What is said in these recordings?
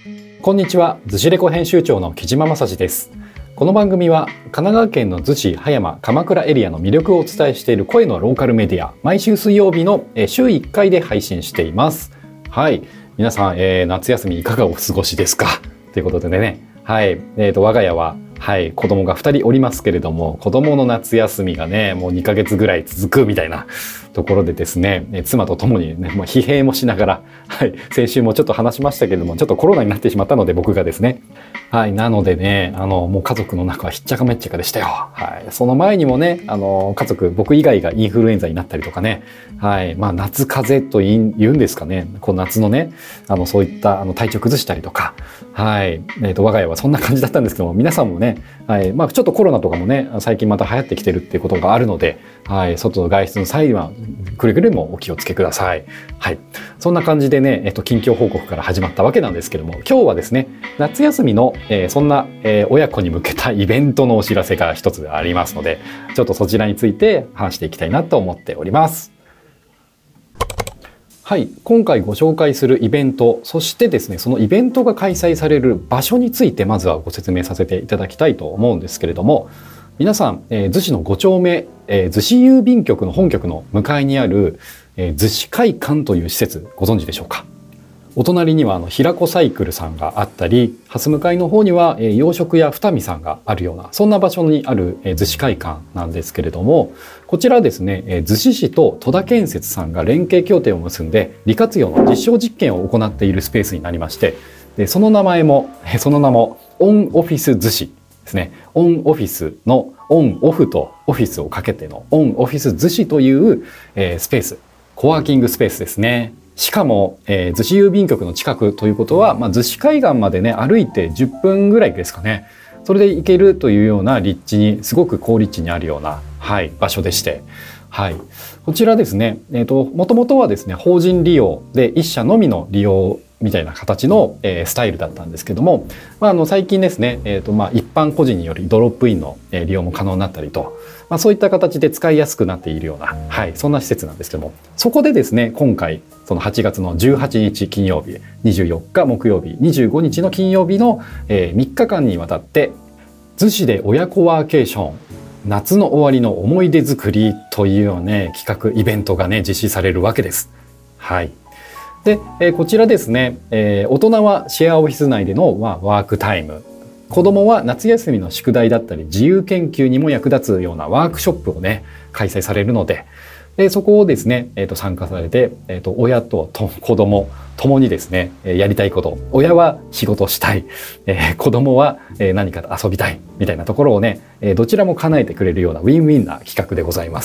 こんにちは、逗子レコ編集長の木島正史です。この番組は神奈川県の逗子、葉山、鎌倉エリアの魅力をお伝えしている声のローカルメディア、毎週水曜日の週1回で配信しています。はい、皆さん、夏休みいかがお過ごしですかということでね、はい、我が家は子供が2人おりますけれども、子供の夏休みがねもう2ヶ月ぐらい続くみたいなところでですね、妻と共にね、もう疲弊もしながら、先週もちょっと話しましたけれども、ちょっとコロナになってしまったので、僕がですね、なのでね、もう家族の中はひっちゃかめっちゃかでしたよ。その前にもね、家族僕以外がインフルエンザになったりとかね、夏風邪と言うんですかね、こう夏のね、そういった体調崩したりとか、我が家はそんな感じだったんですけども、皆さんもね、ちょっとコロナとかもね、最近また流行ってきてるっていうことがあるので、外の外出の際はくれぐれもお気をつけください。そんな感じでね、近況報告から始まったわけなんですけども、今日はですね、夏休みの、そんな、親子に向けたイベントのお知らせが一つありますので、ちょっとそちらについて話していきたいなと思っております。今回ご紹介するイベント、そしてですね、そのイベントが開催される場所についてまずはご説明させていただきたいと思うんですけれども、皆さん、逗子の5丁目、逗子郵便局の本局の向かいにある、逗子会館という施設ご存知でしょうか。お隣には平子サイクルさんがあったり、蓮向かいの方には洋食屋二見さんがあるような、そんな場所にある逗子会館なんですけれども、こちらですね、逗子市と戸田建設さんが連携協定を結んで利活用の実証実験を行っているスペースになりまして、でその名もオンオフィス逗子ですね。オンオフィスのオンオフとオフィスをかけてのオンオフィス逗子という、スペース、コワーキングスペースですね。しかも、逗子郵便局の近くということは、逗子海岸までね歩いて10分ぐらいですかね。それで行けるというような立地に、すごく好立地にあるような、場所でして、こちらですね、もともとはですね、法人利用で一社のみの利用みたいな形の、スタイルだったんですけども、最近ですね、一般個人によるドロップインの、利用も可能になったりと、そういった形で使いやすくなっているような、そんな施設なんですけども、そこでですね、今回その8月の18日金曜日、24日木曜日、25日の金曜日の、3日間にわたって逗子で親子ワーケーション、夏の終わりの思い出作りというような、ね、企画イベントがね実施されるわけです。で、こちらですね、大人はシェアオフィス内での、ワークタイム、子どもは夏休みの宿題だったり自由研究にも役立つようなワークショップをね開催されるので、そこをですね、参加されて、親と子どもともにですね、やりたいこと、親は仕事したい、子どもは、何か遊びたいみたいなところをね、どちらも叶えてくれるようなウィンウィンな企画でございます。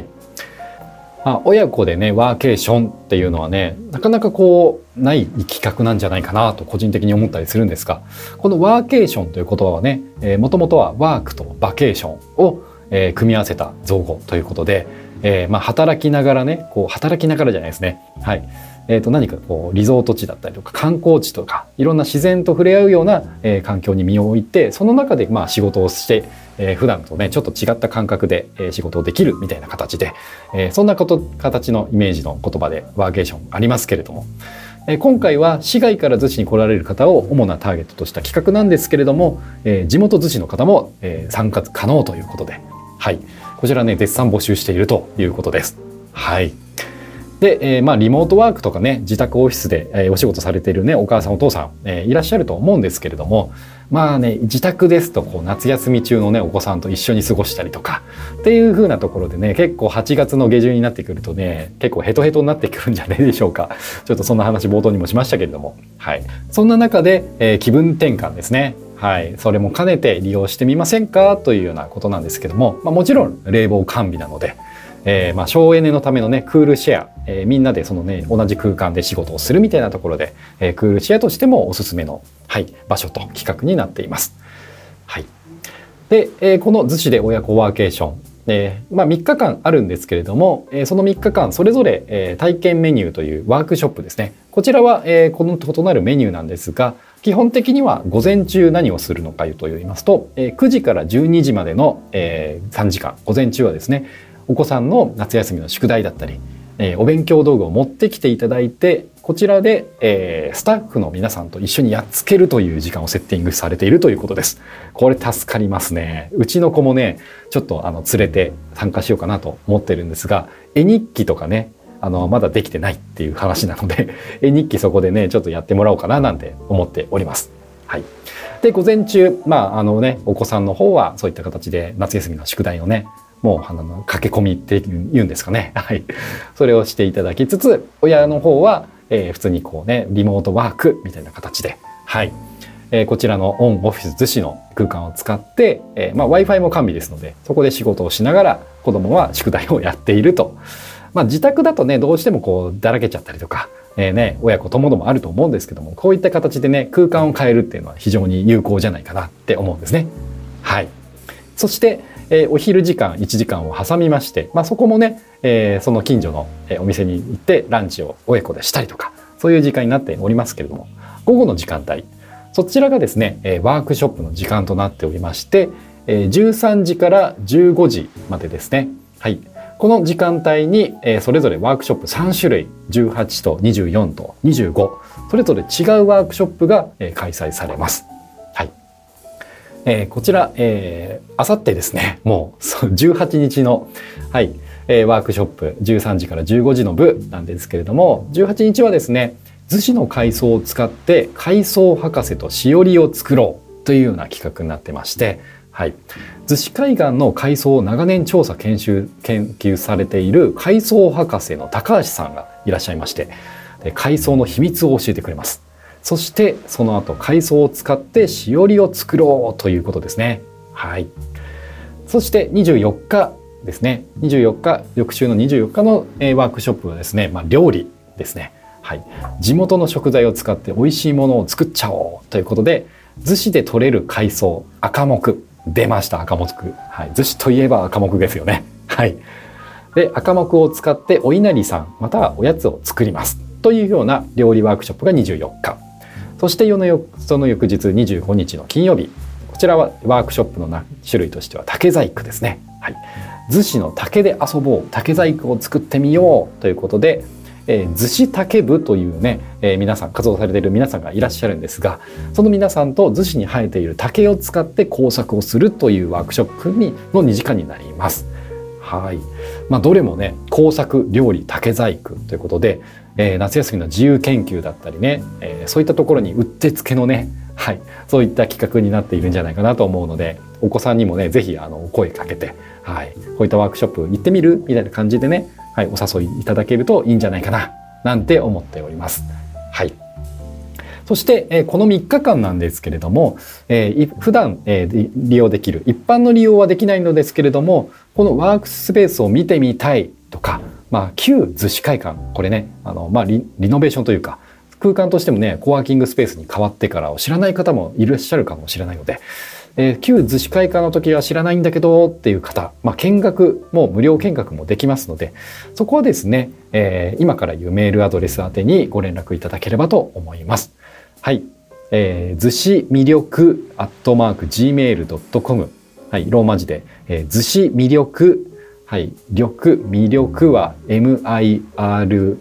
親子でねワーケーションっていうのはね、なかなかこうない企画なんじゃないかなと個人的に思ったりするんですが、このワーケーションという言葉はね、もともとはワークとバケーションを、組み合わせた造語ということで、働きながらね、働きながらじゃないですね、何かこうリゾート地だったりとか観光地とかいろんな自然と触れ合うような、環境に身を置いて、その中で仕事をして、普段とねちょっと違った感覚で、仕事をできるみたいな形で、そんな形のイメージの言葉でワーケーションありますけれども、今回は市外から逗子に来られる方を主なターゲットとした企画なんですけれども、地元逗子の方も、参加可能ということで、こちらね絶賛募集しているということです。で、リモートワークとかね、自宅オフィスで、お仕事されているねお母さんお父さん、いらっしゃると思うんですけれども、自宅ですと夏休み中のねお子さんと一緒に過ごしたりとかっていう風なところでね、結構8月の下旬になってくるとね結構ヘトヘトになってくるんじゃないでしょうか。ちょっとそんな話冒頭にもしましたけれども、そんな中で、気分転換ですね、それも兼ねて利用してみませんかというようなことなんですけども、もちろん冷房完備なので、省エネのためのねクールシェア、みんなでそのね同じ空間で仕事をするみたいなところで、クールシェアとしてもおすすめの、場所と企画になっています。で、この逗子で親子ワーケーション、3日間あるんですけれども、その3日間それぞれ、体験メニューというワークショップですね、こちらは、この異なるメニューなんですが、基本的には午前中何をするのかといいますと、9時から12時までの、3時間、午前中はですね、お子さんの夏休みの宿題だったり、お勉強道具を持ってきていただいて、 こちらで、スタッフの皆さんと一緒にやっつけるという時間をセッティングされているということです。これ助かりますね。うちの子もね、ちょっと連れて参加しようかなと思ってるんですが、絵日記とかね、まだできてないっていう話なので、絵日記そこでね、ちょっとやってもらおうかななんて思っております。はい。で、午前中、お子さんの方はそういった形で夏休みの宿題をね、もう駆け込みって言うんですかね。はい。それをしていただきつつ、親の方は、普通にこうね、リモートワークみたいな形で、はい。こちらのオンオフィス逗子の空間を使って、Wi-Fi も完備ですので、そこで仕事をしながら子供は宿題をやっていると。自宅だとね、どうしてもこうだらけちゃったりとか、親子ともどもあると思うんですけども、こういった形でね、空間を変えるっていうのは非常に有効じゃないかなって思うんですね。はい。そして、お昼時間1時間を挟みまして、そこもね、その近所のお店に行ってランチを親子でしたりとか、そういう時間になっておりますけれども、午後の時間帯、そちらがですね、ワークショップの時間となっておりまして、13時から15時までですね。はい。この時間帯に、それぞれワークショップ3種類、18と24と25、それぞれ違うワークショップが、開催されます。はい。こちら、あさってですね、もう18日の、はい、ワークショップ13時から15時の部なんですけれども、18日はですね、逗子の海藻を使って海藻博士としおりを作ろうというような企画になってまして、はい、逗子海岸の海藻を長年調査研究されている海藻博士の高橋さんがいらっしゃいまして、海藻の秘密を教えてくれます。そしてその後海藻を使ってしおりを作ろうということですね。はい。そして24日ですね。24日、翌週の24日のワークショップはですね、料理ですね。はい。地元の食材を使って美味しいものを作っちゃおうということで、逗子で採れる海藻、赤木。出ました、赤木。はい。逗子といえば赤木ですよね。はい。で、赤木を使ってお稲荷さん、またはおやつを作ります。というような料理ワークショップが24日。そしてその翌日25日の金曜日、こちらはワークショップの種類としては竹細工ですね。はい。逗子の竹で遊ぼう、竹細工を作ってみようということで、逗子竹部というね、皆さん活動されている皆さんがいらっしゃるんですが、その皆さんと逗子に生えている竹を使って工作をするというワークショップの2時間になります。はい。どれもね、工作、料理、竹細工ということで、夏休みの自由研究だったりね、そういったところにうってつけのね、はい、そういった企画になっているんじゃないかなと思うので、お子さんにもね、ぜひ声かけて、はい、こういったワークショップ行ってみるみたいな感じでね、はい、お誘いいただけるといいんじゃないかななんて思っております。はい。そして、この3日間なんですけれども、普段、利用できる一般の利用はできないのですけれども、このワークスペースを見てみたいとか、旧逗子会館、これね、リノベーションというか、空間としてもね、コワーキングスペースに変わってからを知らない方もいらっしゃるかもしれないので、旧逗子会館の時は知らないんだけどっていう方、見学も無料見学もできますので、そこはですね、今から言うメールアドレス宛てにご連絡いただければと思います。はい。逗子魅力@gmail.com、はい、ローマ字で、逗子魅力、はい、魅力は MIRYOKU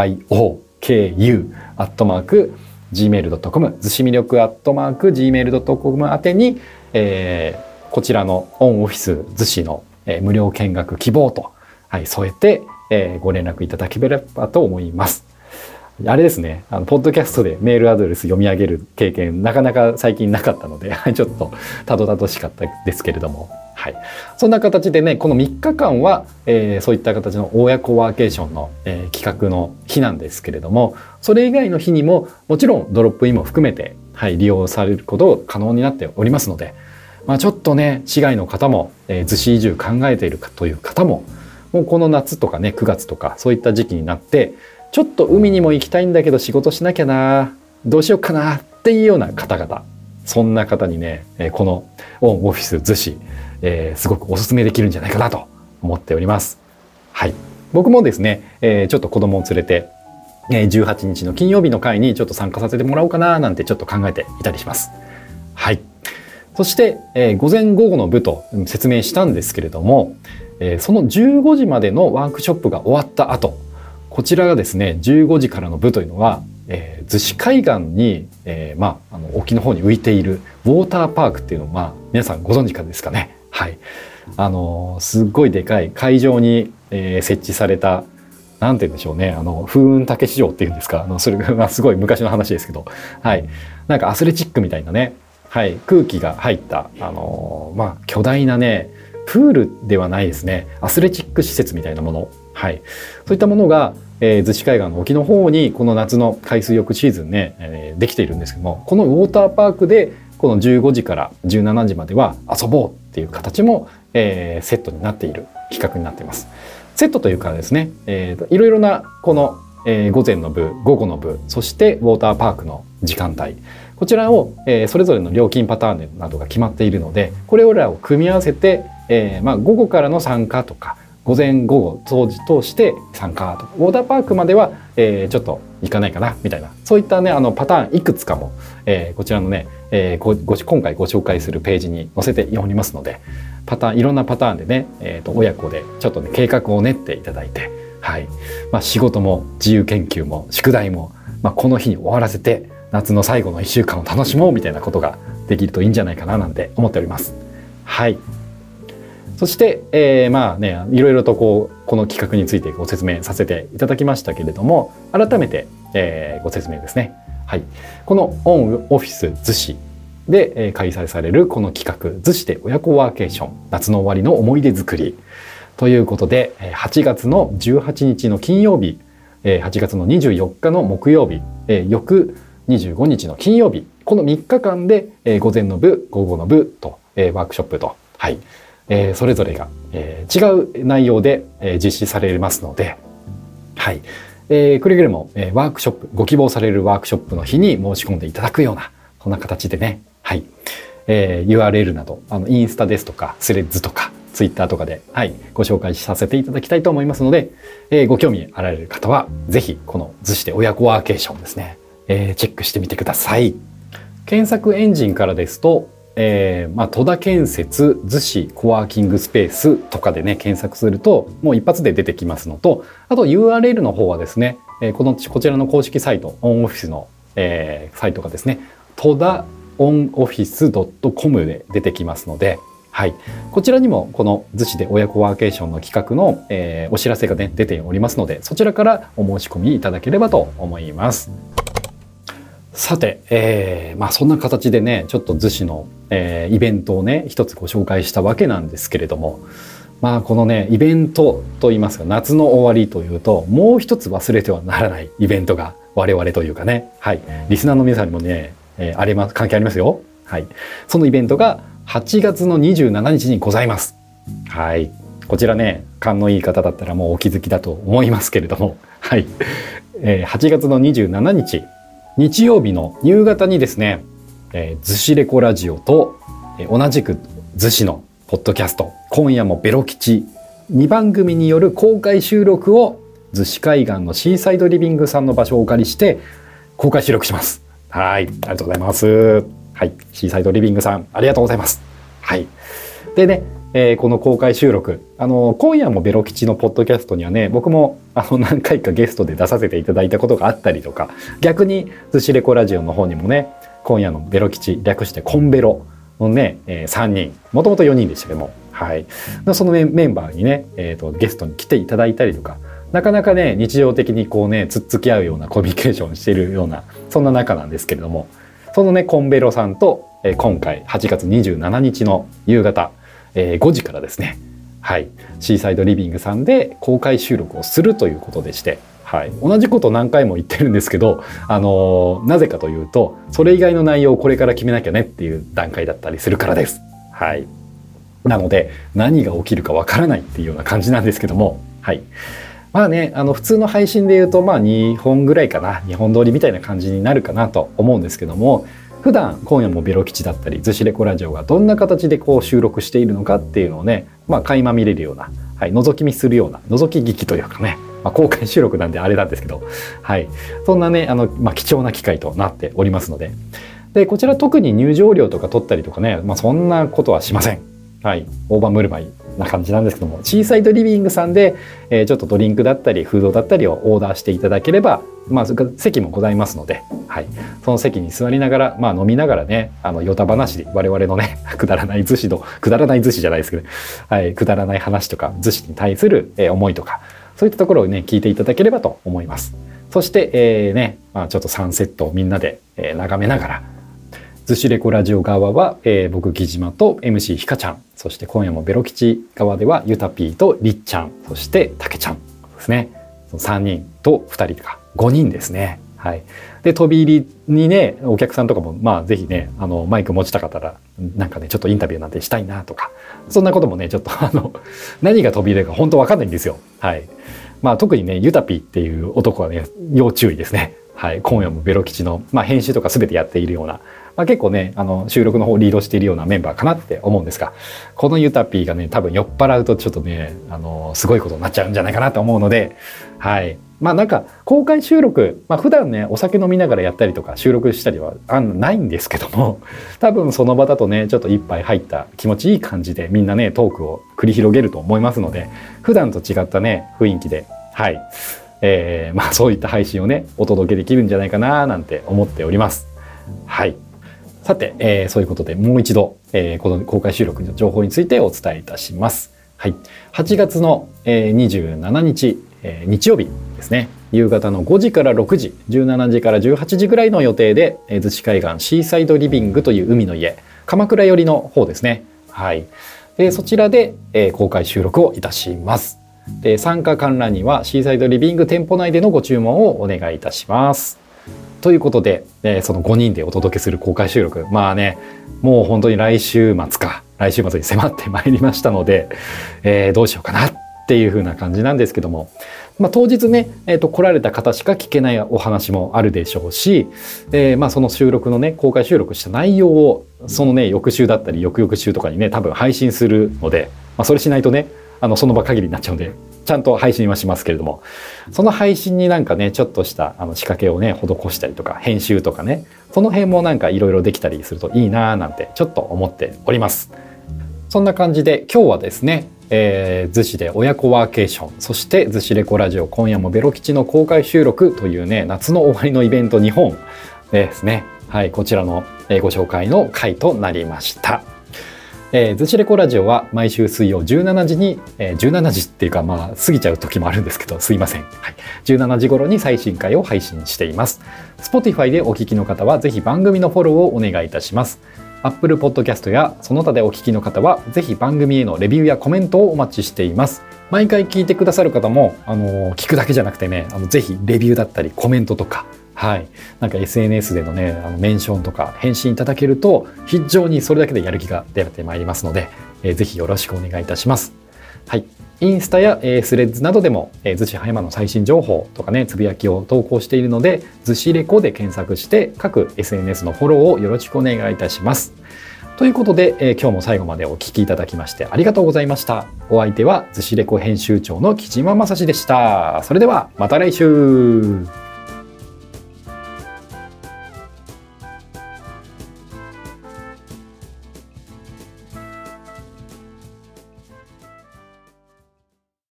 @gmail.com、逗子魅力@gmail.com 宛てに、こちらのオンオフィス逗子の、無料見学希望と、はい、添えて、ご連絡いただければと思います。あれですね、ポッドキャストでメールアドレス読み上げる経験なかなか最近なかったのでちょっとたどたどしかったですけれども、はい、そんな形でね、この3日間は、そういった形の親子ワーケーションの、企画の日なんですけれども、それ以外の日にももちろんドロップインも含めて、はい、利用されることが可能になっておりますので、ちょっとね、市外の方も、逗子移住考えているという方も、もうこの夏とかね、9月とかそういった時期になってちょっと海にも行きたいんだけど仕事しなきゃな、どうしようかなっていうような方々、そんな方にね、このオンオフィス逗子、すごくおすすめできるんじゃないかなと思っております。はい。僕もですね、ちょっと子供を連れて、18日の金曜日の会にちょっと参加させてもらおうかななんてちょっと考えていたりします。はい。そして、午前午後の部と説明したんですけれども、その15時までのワークショップが終わった後、 こちらがですね、15時からの部というのは、逗子海岸に、沖の方に浮いているウォーターパークっていうのを、皆さんご存知かですかね。はい。すっごいでかい会場に、設置された、なんて言うんでしょうね、風雲竹市場っていうんですか、それが、すごい昔の話ですけど、はい。なんかアスレチックみたいなね、はい、空気が入った、巨大なね、プールではないですね、アスレチック施設みたいなもの、はい。そういったものが、逗子海岸の沖の方にこの夏の海水浴シーズンね、できているんですけども、このウォーターパークでこの15時から17時までは遊ぼうっていう形も、セットになっている企画になっています。セットというかですね、いろいろなこの、午前の部、午後の部、そしてウォーターパークの時間帯、こちらを、それぞれの料金パターンなどが決まっているので、これらを組み合わせて、午後からの参加とか、午前午後当時通して参加とか、ウォーターパークまでは、ちょっと行かないかなみたいな、そういったねパターンいくつかも、こちらのね、今回ご紹介するページに載せておりますので、いろんなパターンでね、親子でちょっとね計画を練っていただいて、はい、仕事も自由研究も宿題も、この日に終わらせて夏の最後の1週間を楽しもうみたいなことができるといいんじゃないかななんて思っております。はい。そして、いろいろとこの企画についてご説明させていただきましたけれども、改めて、ご説明ですね。はい。このオンオフィス逗子で、開催されるこの企画、逗子で親子ワーケーション、夏の終わりの思い出作りということで、8月の18日の金曜日、8月の24日の木曜日、翌25日の金曜日、この3日間で、午前の部、午後の部と、ワークショップと、はい。それぞれが、違う内容で、実施されますので、はい。くれぐれも、ワークショップ、ご希望されるワークショップの日に申し込んでいただくような、そんな形でね、はい。URL など、インスタですとか、スレッズとか、ツイッターとかで、はい、ご紹介させていただきたいと思いますので、ご興味あられる方は、ぜひ、この逗子で親子ワーケーションですね、チェックしてみてください。検索エンジンからですと、戸田建設逗子コワーキングスペースとかでね検索するともう一発で出てきますのと、あと URL の方はですね、こちらの公式サイトオンオフィスの、サイトがですね戸田オンオフィス .com で出てきますので、はい、こちらにもこの逗子で親子ワーケーションの企画の、お知らせがね出ておりますので、そちらからお申し込みいただければと思います。さて、そんな形でねちょっと逗子の、イベントをね一つご紹介したわけなんですけれども、このねイベントといいますか夏の終わりというと、もう一つ忘れてはならないイベントが我々というかね、はい、リスナーの皆さんにもね、関係ありますよ。はい、そのイベントが8月の27日にございます。はい、こちらね勘のいい方だったらもうお気づきだと思いますけれども、はい、8月の27日日曜日の夕方にですね、逗子レコラジオと、同じく逗子のポッドキャスト今夜もベロ吉2番組による公開収録を逗子海岸のシーサイドリビングさんの場所をお借りして公開収録します。はい、ありがとうございます。はい、シーサイドリビングさんありがとうございます。はい。でね、この公開収録今夜もベロ吉のポッドキャストにはね僕も何回かゲストで出させていただいたことがあったりとか、逆に逗子レコラジオの方にもね今夜のベロ吉略してコンベロのね、3人もともと4人でしたけども、はい、そのメンバーにね、ゲストに来ていただいたりとか、なかなかね日常的にこうねつっつき合うようなコミュニケーションしているようなそんな中なんですけれども、そのねコンベロさんと、今回8月27日の夕方5時からですね、はい、シーサイドリビングさんで公開収録をするということでして、はい、同じこと何回も言ってるんですけど、なぜかというとそれ以外の内容をこれから決めなきゃねっていう段階だったりするからです。はい、なので何が起きるかわからないっていうような感じなんですけども、はい、普通の配信で言うと2本ぐらいかな、2本撮りみたいな感じになるかなと思うんですけども、普段今夜もベロ吉だったり逗子レコラジオがどんな形でこう収録しているのかっていうのをね、垣間見れるような、はい、覗き見するような覗き聞きというかね、公開収録なんであれなんですけど、はい、そんなね貴重な機会となっておりますので、こちら特に入場料とか取ったりとかね、そんなことはしません。はい、大盤振る舞いな感じなんですけども、シーサイドリビングさんで、ちょっとドリンクだったりフードだったりをオーダーしていただければ、それから席もございますので、はい、その席に座りながら、飲みながらね、ヨタ話で我々のねくだらない寿司じゃないですけど、はい、くだらない話とか寿司に対する、思いとか、そういったところをね聞いていただければと思います。そして、ちょっとサンセットをみんなで、眺めながら、寿司レコラジオ側は、僕木島と MC ひかちゃん、そして今夜もベロ吉側ではゆたぴーとりっちゃん、そしてたけちゃんですね。3人と2人とか5人ですね。はい。で飛び入りにねお客さんとかもぜひねマイク持ちたかったらなんかねちょっとインタビューなんてしたいなとか、そんなこともねちょっと何が飛び入れるか本当わかんないんですよ。はい。特にねゆたぴーっていう男はね要注意ですね。はい。今夜もベロ吉の編集とか全てやっているような。結構ね収録の方をリードしているようなメンバーかなって思うんですが、このユタピーがね多分酔っ払うとちょっとねすごいことになっちゃうんじゃないかなと思うので、はい、なんか公開収録、普段ねお酒飲みながらやったりとか収録したりはないんですけども、多分その場だとねちょっと一杯入った気持ちいい感じでみんなねトークを繰り広げると思いますので、普段と違ったね雰囲気で、はい、そういった配信をねお届けできるんじゃないかななんて思っております。はい。さて、そういうことでもう一度、この公開収録の情報についてお伝えいたします。はい、8月の、27日、日曜日ですね。夕方の5時から6時、17時から18時ぐらいの予定で、逗子海岸シーサイドリビングという海の家、鎌倉寄りの方ですね。はい。でそちらで、公開収録をいたします。で参加観覧にはシーサイドリビング店舗内でのご注文をお願いいたします。ということで、その5人でお届けする公開収録、もう本当に来週末に迫ってまいりましたので、どうしようかなっていう風な感じなんですけども、当日ね、来られた方しか聞けないお話もあるでしょうし、その収録のね公開収録した内容をそのね翌週だったり翌々週とかにね多分配信するので、それしないとねその場限りになっちゃうんでちゃんと配信はしますけれども、その配信になんかねちょっとした仕掛けをね施したりとか編集とかね、その辺もなんかいろいろできたりするといいななんてちょっと思っております。そんな感じで今日はですね、逗子で親子ワーケーション、そして逗子レコラジオ今夜もベロ吉の公開収録というね夏の終わりのイベント2本ですね。はい、こちらのご紹介の回となりました。逗子レコラジオは毎週水曜17時に、17時っていうか過ぎちゃう時もあるんですけどすいません、はい、17時頃に最新回を配信しています。 Spotify でお聞きの方はぜひ番組のフォローをお願いいたします。 Apple Podcast やその他でお聞きの方はぜひ番組へのレビューやコメントをお待ちしています。毎回聞いてくださる方も聞くだけじゃなくてねぜひレビューだったりコメントとか、はい、なんか SNS でのねメンションとか返信いただけると非常にそれだけでやる気が出てまいりますので、ぜひよろしくお願いいたします。はい、インスタや、スレッズなどでも、逗子葉山の最新情報とかねつぶやきを投稿しているので、逗子レコで検索して各 SNS のフォローをよろしくお願いいたします。ということで、今日も最後までお聞きいただきましてありがとうございました。お相手は逗子レコ編集長の木島正史でした。それではまた来週。